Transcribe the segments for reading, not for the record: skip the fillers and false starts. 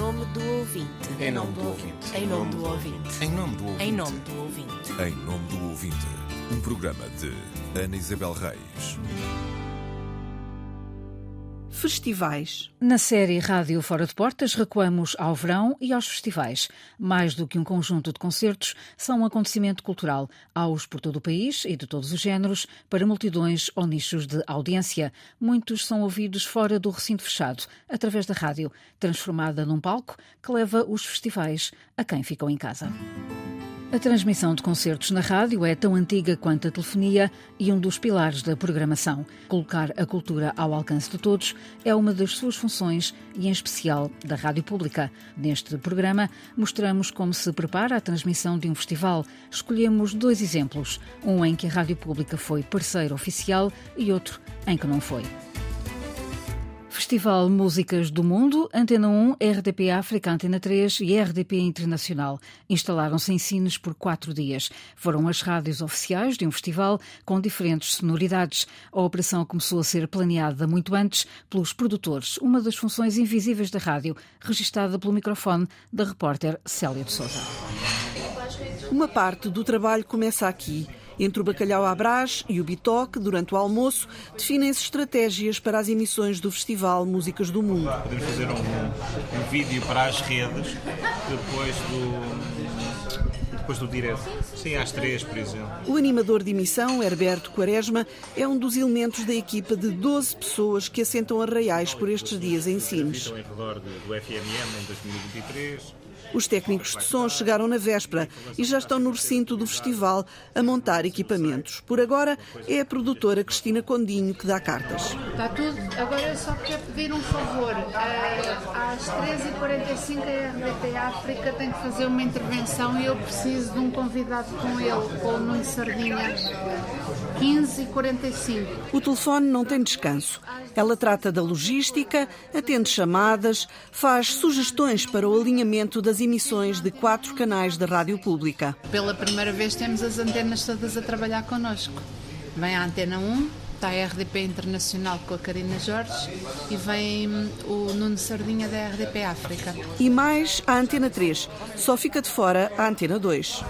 nome do ouvinte. Em nome do ouvinte. Em nome do ouvinte. Em nome do ouvinte. Em nome do ouvinte. Em nome do ouvinte. Um programa de Ana Isabel Reis. Festivais. Na série Rádio Fora de Portas, recuamos ao verão e aos festivais. Mais do que um conjunto de concertos, são um acontecimento cultural, aos por todo o país e de todos os géneros, para multidões ou nichos de audiência. Muitos são ouvidos fora do recinto fechado, através da rádio, transformada num palco que leva os festivais a quem ficou em casa. A transmissão de concertos na rádio é tão antiga quanto a telefonia e um dos pilares da programação. Colocar a cultura ao alcance de todos é uma das suas funções e, em especial, da Rádio Pública. Neste programa, mostramos como se prepara a transmissão de um festival. Escolhemos 2 exemplos, um em que a Rádio Pública foi parceiro oficial e outro em que não foi. Festival Músicas do Mundo, Antena 1, RDP África, Antena 3 e RDP Internacional. Instalaram-se em Sines por 4 dias. Foram as rádios oficiais de um festival com diferentes sonoridades. A operação começou a ser planeada muito antes pelos produtores, uma das funções invisíveis da rádio, registada pelo microfone da repórter Célia de Sousa. Uma parte do trabalho começa aqui. Entre o bacalhau à Brás e o bitoque, durante o almoço, definem-se estratégias para as emissões do Festival Músicas do Mundo. Podemos fazer um vídeo para as redes depois do direto. Sim, às 3, por exemplo. O animador de emissão, Herberto Quaresma, é um dos elementos da equipa de 12 pessoas que assentam arraiais por estes dias em Sines. Estão em redor do FMM em 2023. Os técnicos de som chegaram na véspera e já estão no recinto do festival a montar equipamentos. Por agora, é a produtora Cristina Condinho que dá cartas. Está tudo. Agora eu só quero pedir um favor. Às 13h45 a RDP África tem que fazer uma intervenção e eu preciso de um convidado com ele, com o Nuno Sardinha. 15h45. O telefone não tem descanso. Ela trata da logística, atende chamadas, faz sugestões para o alinhamento das emissões de 4 canais da Rádio Pública. Pela primeira vez temos as antenas todas a trabalhar connosco. Vem a Antena 1, está a RDP Internacional com a Karina Jorge e vem o Nuno Sardinha da RDP África. E mais a Antena 3. Só fica de fora a Antena 2.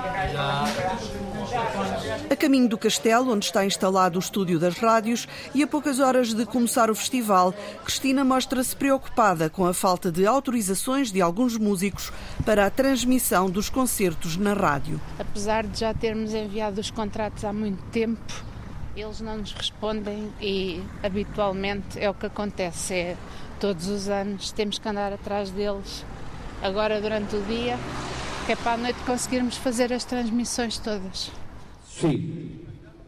A caminho do castelo, onde está instalado o estúdio das rádios, e a poucas horas de começar o festival, Cristina mostra-se preocupada com a falta de autorizações de alguns músicos para a transmissão dos concertos na rádio. Apesar de já termos enviado os contratos há muito tempo, eles não nos respondem e habitualmente é o que acontece. Todos os anos temos que andar atrás deles, agora durante o dia, que é para a noite conseguirmos fazer as transmissões todas. Sim.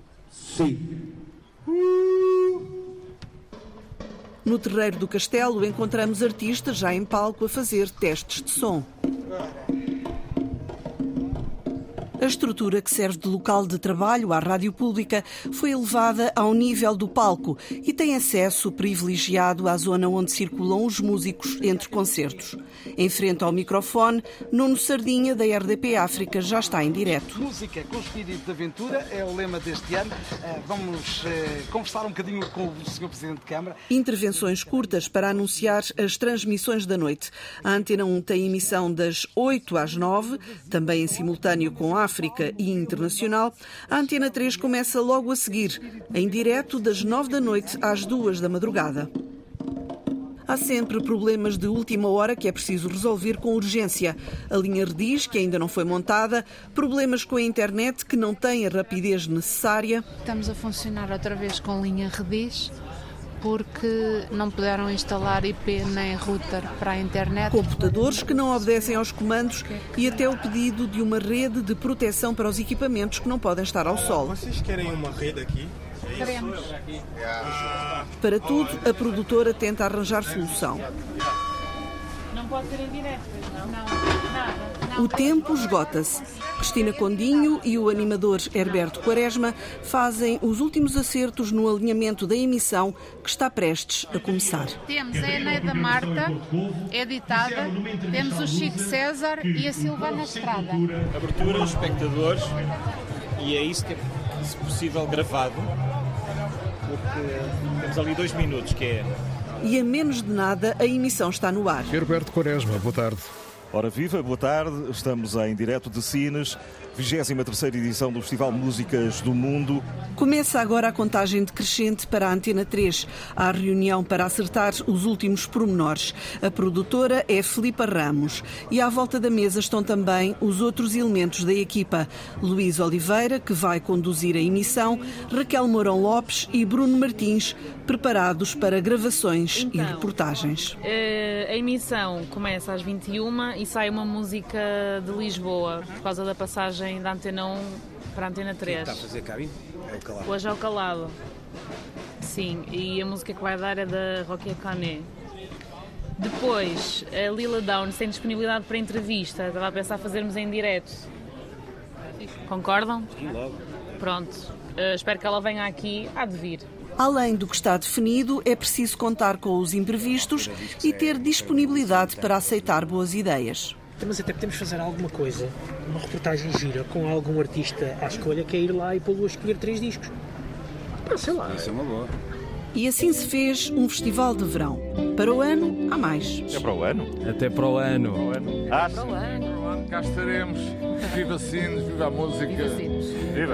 No terreiro do castelo encontramos artistas já em palco a fazer testes de som. A estrutura que serve de local de trabalho à Rádio Pública foi elevada ao nível do palco e tem acesso privilegiado à zona onde circulam os músicos entre concertos. Em frente ao microfone, Nuno Sardinha, da RDP África, já está em direto. Música com espírito de aventura é o lema deste ano. Vamos conversar um bocadinho com o Sr. Presidente de Câmara. Intervenções curtas para anunciar as transmissões da noite. A Antena 1 tem emissão das 8 às 9, também em simultâneo com a África e Internacional. A Antena 3 começa logo a seguir, em direto das 9 da noite às 2 da madrugada. Há sempre problemas de última hora que é preciso resolver com urgência. A linha Redis, que ainda não foi montada, problemas com a internet que não tem a rapidez necessária. Estamos a funcionar outra vez com linha Redis, porque não puderam instalar IP nem router para a internet. Computadores que não obedecem aos comandos e até o pedido de uma rede de proteção para os equipamentos que não podem estar ao sol. Vocês querem uma rede aqui? Queremos. Para tudo, a produtora tenta arranjar solução. Não pode ser em direto, não? Nada. O tempo esgota-se. Cristina Condinho e o animador Herberto Quaresma fazem os últimos acertos no alinhamento da emissão que está prestes a começar. Temos a Eneida Marta, editada, temos o Chico César e a Silvana Estrada. Abertura, espectadores, e é isso que é, se possível, gravado, porque temos ali 2 minutos, que é e a menos de nada a emissão está no ar. Herberto Quaresma, boa tarde. Ora viva, boa tarde, estamos em direto de Sines, 23ª edição do Festival Músicas do Mundo. Começa agora a contagem decrescente para a Antena 3. Há reunião para acertar os últimos pormenores. A produtora é Filipa Ramos e à volta da mesa estão também os outros elementos da equipa. Luís Oliveira, que vai conduzir a emissão, Raquel Mourão Lopes e Bruno Martins, preparados para gravações e reportagens. A emissão começa às 21h e sai uma música de Lisboa, por causa da passagem da Antena 1 para a Antena 3. Está a fazer cabine? É o Calado. Hoje é o Calado. Sim, e a música que vai dar é da Rocky Canet. Depois, a Lila Downs tem disponibilidade para entrevista. Estava a pensar fazermos em direto. Concordam? Sim, logo. Pronto. Espero que ela venha aqui. Há de vir. Além do que está definido, é preciso contar com os imprevistos e ter disponibilidade para aceitar boas ideias. Mas até podemos fazer alguma coisa, uma reportagem gira com algum artista à escolha, que é ir lá e pô-lo a escolher 3 discos. Sei lá. Isso é uma boa. E assim se fez um festival de verão. Para o ano, há mais. É para o ano? Até para o ano. Para o ano. Cá estaremos. Viva Sines, viva a música. Viva Sines. Viva!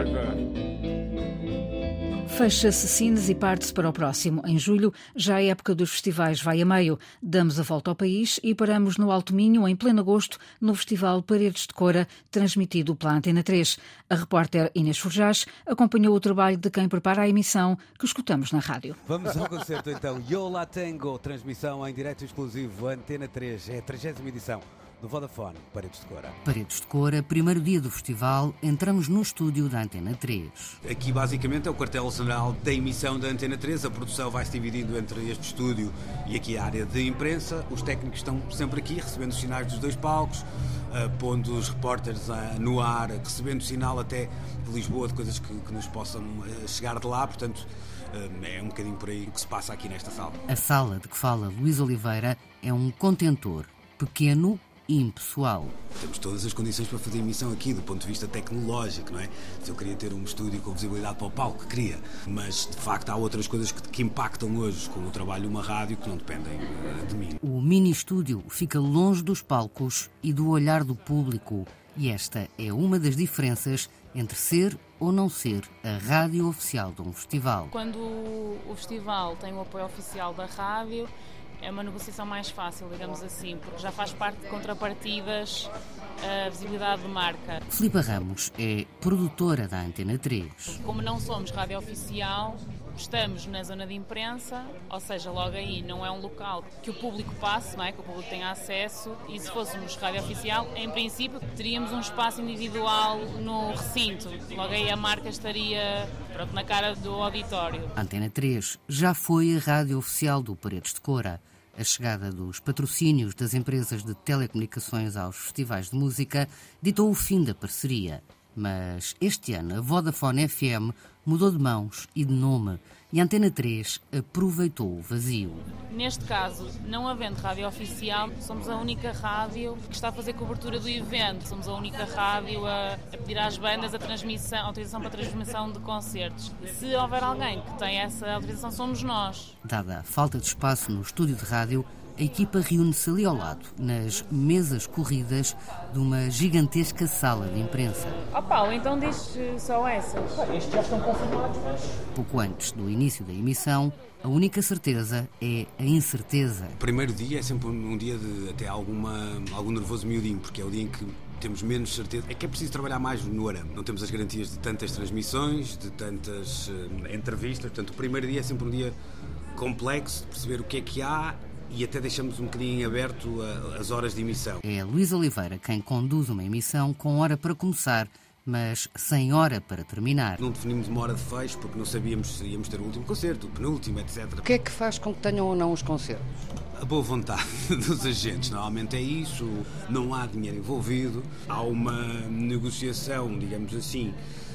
Fecha-se Sines e parte-se para o próximo. Em julho, já a época dos festivais vai a meio. Damos a volta ao país e paramos no Alto Minho, em pleno agosto, no Festival Paredes de Cora, transmitido pela Antena 3. A repórter Inês Forjás acompanhou o trabalho de quem prepara a emissão que escutamos na rádio. Vamos ao concerto então. Yo La Tengo, transmissão em direto exclusivo, Antena 3. É a 30ª edição do Vodafone Paredes de Cora. Paredes de Cora, primeiro dia do festival, entramos no estúdio da Antena 3. Aqui basicamente é o quartel-general da emissão da Antena 3. A produção vai-se dividindo entre este estúdio e aqui a área de imprensa. Os técnicos estão sempre aqui, recebendo os sinais dos 2 palcos, pondo os repórteres no ar, recebendo sinal até de Lisboa, de coisas que nos possam chegar de lá. Portanto, é um bocadinho por aí o que se passa aqui nesta sala. A sala de que fala Luís Oliveira é um contentor pequeno e impessoal. Temos todas as condições para fazer emissão aqui, do ponto de vista tecnológico, não é? Se eu queria ter um estúdio com visibilidade para o palco, queria. Mas, de facto, há outras coisas que impactam hoje com o trabalho de uma rádio que não dependem de mim. O mini-estúdio fica longe dos palcos e do olhar do público. E esta é uma das diferenças entre ser ou não ser a rádio oficial de um festival. Quando o festival tem o apoio oficial da rádio, é uma negociação mais fácil, digamos assim, porque já faz parte de contrapartidas a visibilidade de marca. Filipa Ramos é produtora da Antena 3. Como não somos rádio oficial, estamos na zona de imprensa, ou seja, logo aí não é um local que o público passe, não é? Que o público tenha acesso, e se fôssemos rádio oficial, em princípio teríamos um espaço individual no recinto. Logo aí a marca estaria na cara do auditório. A Antena 3 já foi a rádio oficial do Paredes de Cora. A chegada dos patrocínios das empresas de telecomunicações aos festivais de música ditou o fim da parceria. Mas este ano a Vodafone FM mudou de mãos e de nome e a Antena 3 aproveitou o vazio. Neste caso, não havendo rádio oficial, somos a única rádio que está a fazer cobertura do evento. Somos a única rádio a pedir às bandas a autorização para transmissão de concertos. Se houver alguém que tem essa autorização, somos nós. Dada a falta de espaço no estúdio de rádio, a equipa reúne-se ali ao lado, nas mesas corridas de uma gigantesca sala de imprensa. Paulo, então diz só essas. Estes já estão confirmados, mas... Pouco antes do início da emissão, a única certeza é a incerteza. O primeiro dia é sempre um dia de até algum nervoso miudinho, porque é o dia em que temos menos certeza. É que é preciso trabalhar mais no arame. Não temos as garantias de tantas transmissões, de tantas entrevistas. Portanto, o primeiro dia é sempre um dia complexo de perceber o que é que há, e até deixamos um bocadinho em aberto as horas de emissão. É Luís Oliveira quem conduz uma emissão com hora para começar, mas sem hora para terminar. Não definimos uma hora de fecho porque não sabíamos se íamos ter o último concerto, o penúltimo, etc. O que é que faz com que tenham ou não os concertos? A boa vontade dos agentes, normalmente é isso, não há dinheiro envolvido, há uma negociação, digamos assim,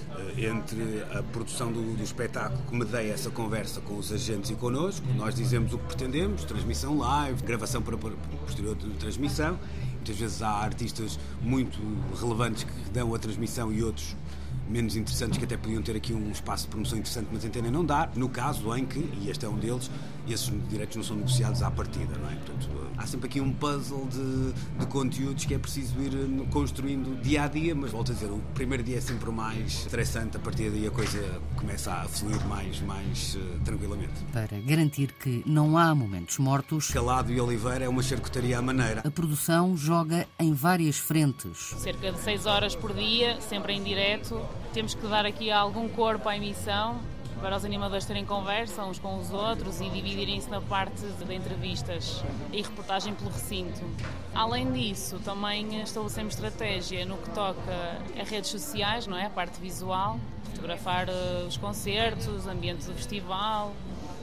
entre a produção do espetáculo que medeia essa conversa com os agentes e connosco. Nós dizemos o que pretendemos, transmissão live, gravação para posterior de transmissão. Muitas vezes há artistas muito relevantes que dão a transmissão e outros menos interessantes que até podiam ter aqui um espaço de promoção interessante, mas entendem não dar. No caso em que, e este é um deles, e esses direitos não são negociados à partida, não é? Portanto, há sempre aqui um puzzle de conteúdos que é preciso ir construindo dia a dia, mas volto a dizer, o primeiro dia é sempre o mais estressante, a partir daí a coisa começa a fluir mais tranquilamente. Para garantir que não há momentos mortos, Calado e Oliveira é uma charcutaria à maneira. A produção joga em várias frentes. Cerca de 6 horas por dia, sempre em direto. Temos que dar aqui algum corpo à emissão, para os animadores terem conversa uns com os outros e dividirem-se na parte de entrevistas e reportagem pelo recinto. Além disso, também estabelecemos estratégia no que toca a redes sociais, não é? A parte visual, fotografar os concertos, o ambiente do festival,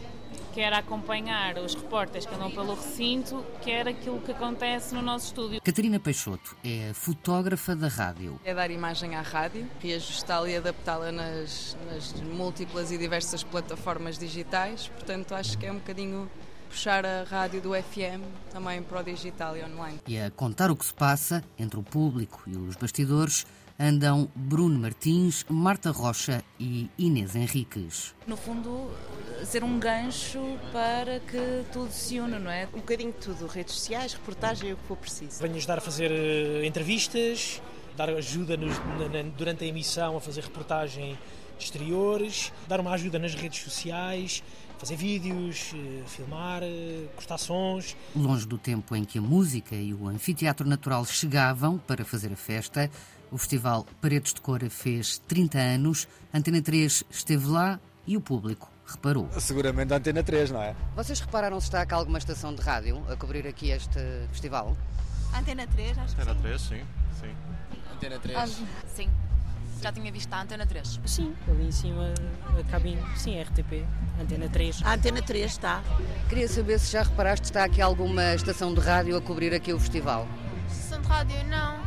quer acompanhar os repórteres que andam pelo recinto, quer aquilo que acontece no nosso estúdio. Catarina Peixoto é a fotógrafa da rádio. É dar imagem à rádio, reajustá-la e adaptá-la nas múltiplas e diversas plataformas digitais, portanto acho que é um bocadinho puxar a rádio do FM também para o digital e online. E a contar o que se passa entre o público e os bastidores andam Bruno Martins, Marta Rocha e Inês Henriques. No fundo, ser um gancho para que tudo se une, não é? Um bocadinho de tudo, redes sociais, reportagem, o que for preciso. Venho ajudar a fazer entrevistas, dar ajuda durante a emissão a fazer reportagem de exteriores, dar uma ajuda nas redes sociais, fazer vídeos, filmar, cortar sons. Longe do tempo em que a música e o anfiteatro natural chegavam para fazer a festa, o Festival Paredes de Cora fez 30 anos, a Antena 3 esteve lá e o público reparou. Seguramente a Antena 3, não é? Vocês repararam se está cá alguma estação de rádio a cobrir aqui este festival? Antena 3, acho que Antena sim. 3, sim. Antena 3? Sim. Já tinha visto a Antena 3? Sim, ali em cima, a cabine, sim, RTP, Antena 3. A Antena 3 está. Queria saber se já reparaste se está aqui alguma estação de rádio a cobrir aqui o festival. Estação de rádio, não.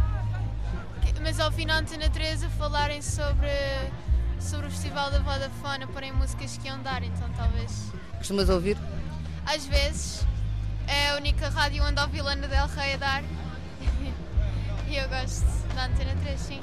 Mas ao fim na Antena 3 a falarem sobre o festival da Vodafone, a porem músicas que iam dar, então talvez. Costumas ouvir? Às vezes. É a única rádio onde ouvi Lana Del Rey a dar. E eu gosto da Antena 3, sim.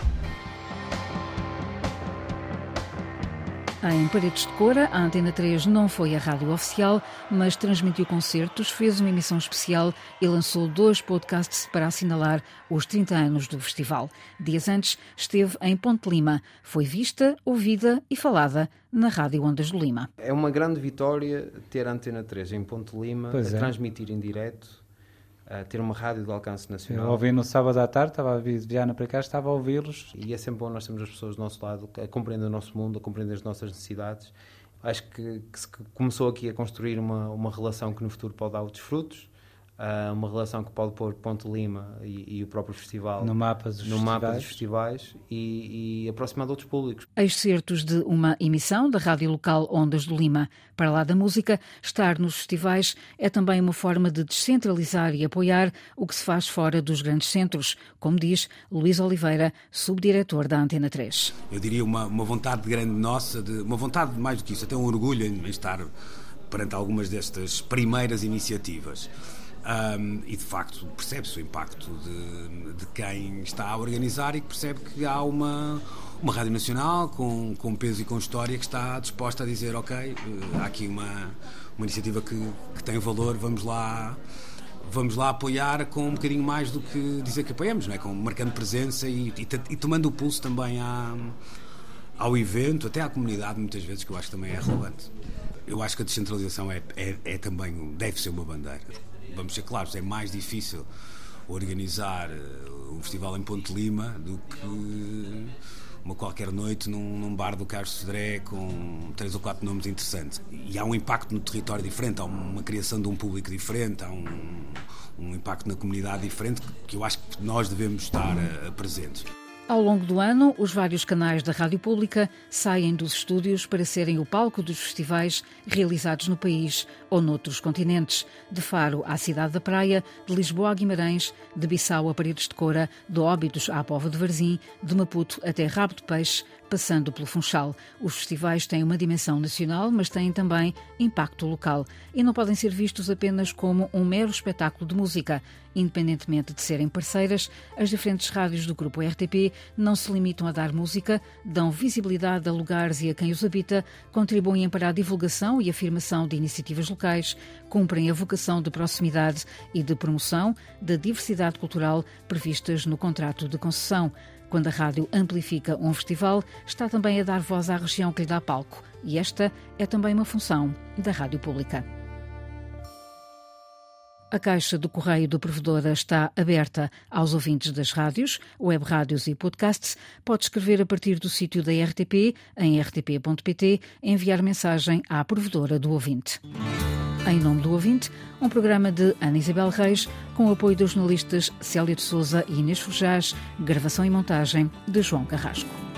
Em Paredes de Cora, a Antena 3 não foi a rádio oficial, mas transmitiu concertos, fez uma emissão especial e lançou 2 podcasts para assinalar os 30 anos do festival. Dias antes, esteve em Ponte Lima. Foi vista, ouvida e falada na Rádio Ondas do Lima. É uma grande vitória ter a Antena 3 em Ponte Lima, transmitir em direto, a ter uma rádio de alcance nacional. Eu ouvi no sábado à tarde, estava a vir de Viana para cá, estava a ouvi-los. E é sempre bom nós termos as pessoas do nosso lado, a compreender o nosso mundo, a compreender as nossas necessidades. Acho que se começou aqui a construir uma relação que no futuro pode dar outros frutos, uma relação que pode pôr Ponte Lima e o próprio festival no mapa dos festivais e aproximar de outros públicos. Excertos de uma emissão da rádio local Ondas do Lima. Para lá da música, estar nos festivais é também uma forma de descentralizar e apoiar o que se faz fora dos grandes centros, como diz Luís Oliveira, subdiretor da Antena 3. Eu diria uma vontade grande nossa, uma vontade mais do que isso, até um orgulho em estar perante algumas destas primeiras iniciativas. E de facto percebe-se o impacto de quem está a organizar e que percebe que há uma rádio nacional com peso e com história que está disposta a dizer ok, há aqui uma iniciativa que tem valor, vamos lá apoiar com um bocadinho mais do que dizer que apoiamos, não é? Marcando presença e tomando o pulso também ao evento, até à comunidade muitas vezes, que eu acho que também é relevante. Eu acho que a descentralização é também, deve ser uma bandeira. Vamos ser claros, é mais difícil organizar um festival em Ponte Lima do que uma qualquer noite num bar do Carlos Sodré com 3 ou 4 nomes interessantes. E há um impacto no território diferente, há uma criação de um público diferente, há um impacto na comunidade diferente que eu acho que nós devemos estar presentes. Ao longo do ano, os vários canais da Rádio Pública saem dos estúdios para serem o palco dos festivais realizados no país ou noutros continentes. De Faro à Cidade da Praia, de Lisboa a Guimarães, de Bissau a Paredes de Cora, de Óbidos à Póvoa de Varzim, de Maputo até Rabo de Peixe, passando pelo Funchal. Os festivais têm uma dimensão nacional, mas têm também impacto local e não podem ser vistos apenas como um mero espetáculo de música. Independentemente de serem parceiras, as diferentes rádios do grupo RTP não se limitam a dar música, dão visibilidade a lugares e a quem os habita, contribuem para a divulgação e afirmação de iniciativas locais, cumprem a vocação de proximidade e de promoção da diversidade cultural previstas no contrato de concessão. Quando a rádio amplifica um festival, está também a dar voz à região que lhe dá palco. E esta é também uma função da rádio pública. A caixa do correio do Provedora está aberta aos ouvintes das rádios, web rádios e podcasts. Pode escrever a partir do sítio da RTP, em rtp.pt, enviar mensagem à Provedora do Ouvinte. Em Nome do Ouvinte, um programa de Ana Isabel Reis, com o apoio dos jornalistas Célia de Sousa e Inês Forjás, gravação e montagem de João Carrasco.